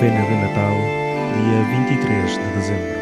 novena de Natal, dia 23 de dezembro.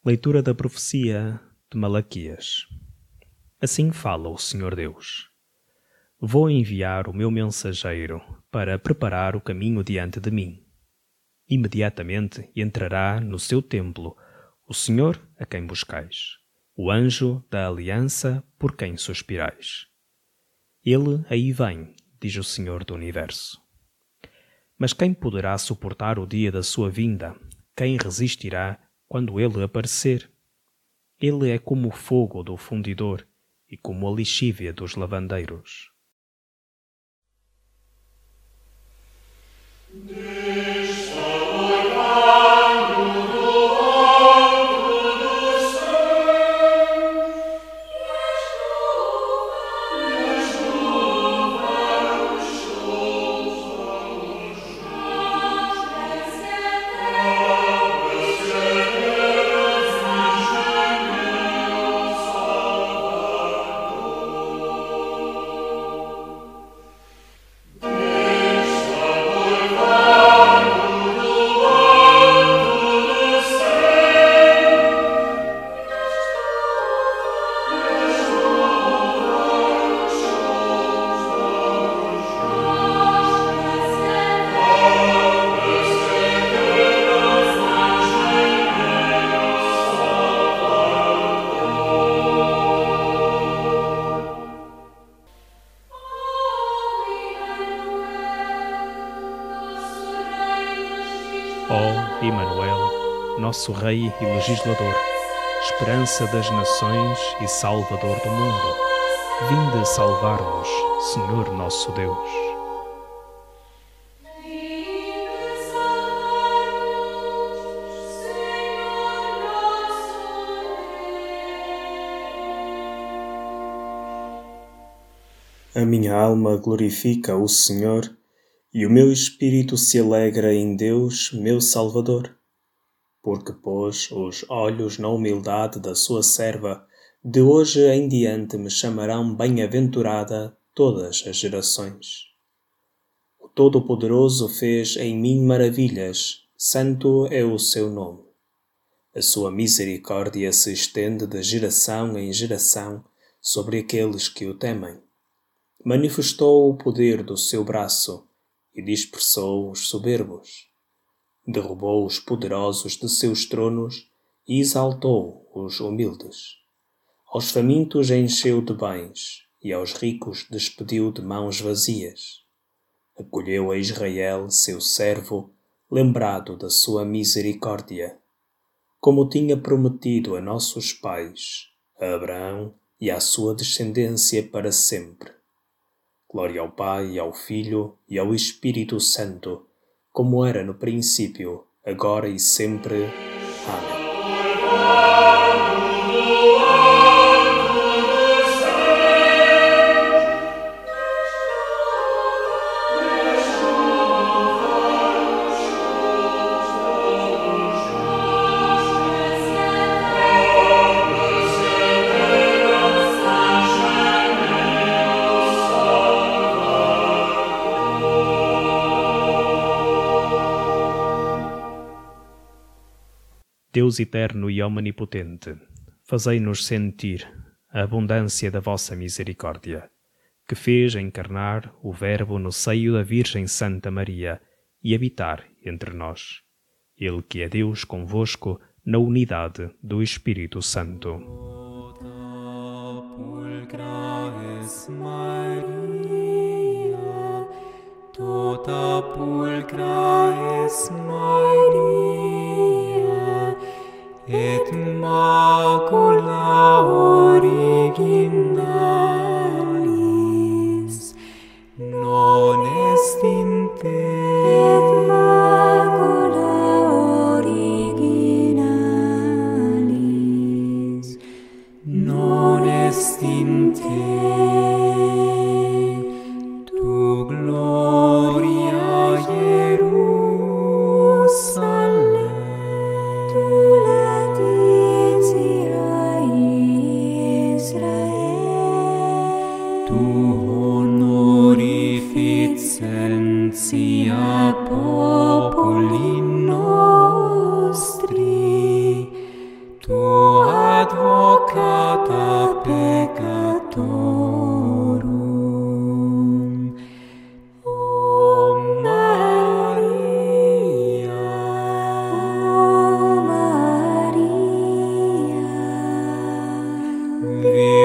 Leitura da profecia de Malaquias. Assim fala o Senhor Deus. Vou enviar o meu mensageiro para preparar o caminho diante de mim. Imediatamente entrará no seu templo o Senhor a quem buscais, o anjo da aliança por quem suspirais. Ele aí vem, diz o Senhor do Universo. Mas quem poderá suportar o dia da sua vinda? Quem resistirá quando ele aparecer? Ele é como o fogo do fundidor e como a lixívia dos lavandeiros. Ó Emanuel, nosso Rei e Legislador, esperança das nações e Salvador do mundo, vinde salvar-nos, Senhor nosso Deus. A minha alma glorifica o Senhor, e o meu espírito se alegra em Deus, meu Salvador, porque pôs os olhos na humildade da sua serva. De hoje em diante me chamarão bem-aventurada todas as gerações. O Todo-Poderoso fez em mim maravilhas, santo é o seu nome. A sua misericórdia se estende de geração em geração sobre aqueles que o temem. Manifestou o poder do seu braço e dispersou os soberbos. Derrubou os poderosos de seus tronos e exaltou os humildes. Aos famintos encheu de bens e aos ricos despediu de mãos vazias. Acolheu a Israel, seu servo, lembrado da sua misericórdia, como tinha prometido a nossos pais, a Abraão e à sua descendência para sempre. Glória ao Pai, ao Filho e ao Espírito Santo, como era no princípio, agora e sempre. Amém. Deus eterno e omnipotente, fazei-nos sentir a abundância da vossa misericórdia, que fez encarnar o Verbo no seio da Virgem Santa Maria e habitar entre nós. Ele que é Deus convosco na unidade do Espírito Santo. Tota pulcra es Maria, et macula originalis non est in te. Et macula originalis non est in te. Tu gloria Jerusalem, tu laetitia Israel, tu honorificentia populi nostri, tu advocata peccatorum. O Maria, O Maria,